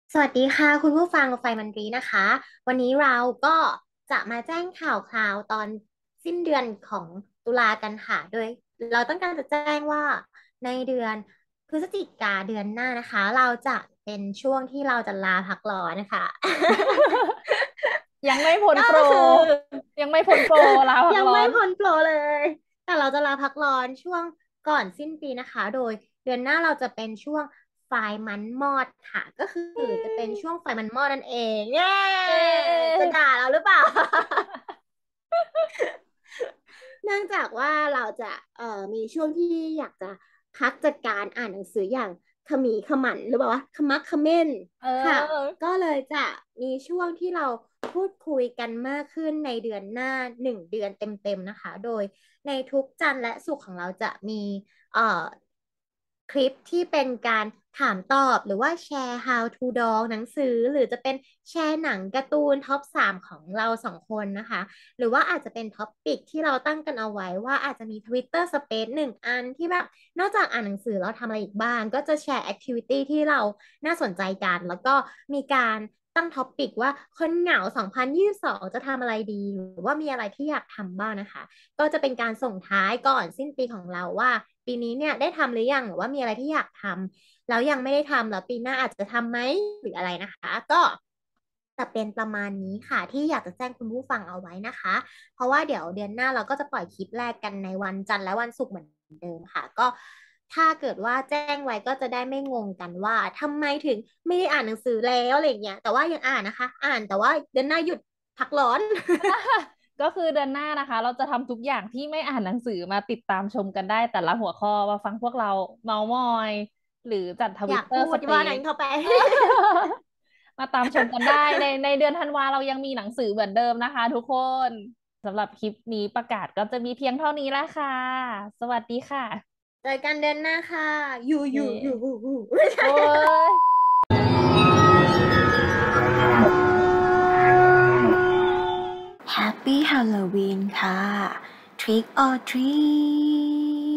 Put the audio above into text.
สวัสดีค่ะคุณผู้ฟังไฟมันรีนะคะวันนี้เราก็จะมาแจ้งข่าวคราวตอนสิ้นเดือนของตุลากันค่ะโดยเราต้องการจะแจ้งว่าในเดือนพฤศจิกาเดือนหน้านะคะเราจะเป็นช่วงที่เราจะลาพักร้อนนะคะยังไม่พ้นก็โปรคือยังไม่พ้นโปรลาพักยังร้อนไม่พ้นโปรเลยแต่เราจะลาพักร้อนช่วงก่อนสิ้นปีนะคะโดยเดือนหน้าเราจะเป็นช่วงไฟมันมอดค่ะก็คือจะเป็นช่วงไฟมันมอดนั่นเองเย้เย้จะด่าเราหรือเปล่า เนื่องจากว่าเราจะมีช่วงที่อยากจะพักจากการอ่านหนังสืออย่างขมีขมันหรือเปล่าวะขมักเขม้นเค่ะออก็เลยจะมีช่วงที่เราพูดคุยกันมากขึ้นในเดือนหน้า1 เดือนเต็มๆนะคะโดยในทุกจันทร์และศุกร์ของเราจะมีเอ่อคลิปที่เป็นการถามตอบหรือว่าแชร์ how to ดองหนังสือหรือจะเป็นแชร์หนังการ์ตูนท็อป 3ของเรา2 คนนะคะ หรือว่าอาจจะเป็นท็อปปิกที่เราตั้งกันเอาไว้ว่าอาจจะมี Twitter Space 1 อันที่แบบนอกจากอ่านหนังสือเราทำอะไรอีกบ้างก็จะแชร์แอคทิวิตี้ที่เราน่าสนใจกันแล้วก็มีการตั้งท็อปปิกว่าคนเหงา2022จะทำอะไรดีหรือว่ามีอะไรที่อยากทำบ้างนะคะก็จะเป็นการส่งท้ายก่อนสิ้นปีของเราว่าปีนี้เนี่ยได้ทำหรือยังหรือว่ามีอะไรที่อยากทำแล้วยังไม่ได้ทำแล้วปีหน้าอาจจะทำไหมหรืออะไรนะคะก็จะเป็นประมาณนี้ค่ะที่อยากจะแจ้งคุณผู้ฟังเอาไว้นะคะ เพราะว่าเดี๋ยวเดือนหน้าเราก็จะปล่อยคลิปแรกกันในวันจันทร์และวันศุกร์เหมือนเดิมค่ะก็ถ้าเกิดว่าแจ้งไว้ก็จะได้ไม่งงกันว่าทำไมถึงไม่ได้อ่านหนังสือแล้วอะไรอย่างเงี้ยแต่ว่ายังอ่านนะคะอ่านแต่ว่าเดือนหน้าหยุดพักร้อนก็คือเดือนหน้านะคะเราจะทำทุกอย่างที่ไม่อ่านหนังสือมาติดตามชมกันได้แต่ละหัวข้อมาฟังพวกเราเมามอยหรือจัดทอวิตเตอร์ยากพูสเปซดว่านั้นเข้าไปมาตามชมกันได้ในเดือนธันวาเรายังมีหนังสือเหมือนเดิมนะคะทุกคนสำหรับคลิปนี้ประกาศก็จะมีเพียงเท่านี้แล้วค่ะสวัสดีค่ะเจอกันเดือนหน้าค่ะอยู่อเย้ยู่อยู่หูหูไม่ใช่โอ้ย Happy Halloween ค่ะ Trick or treat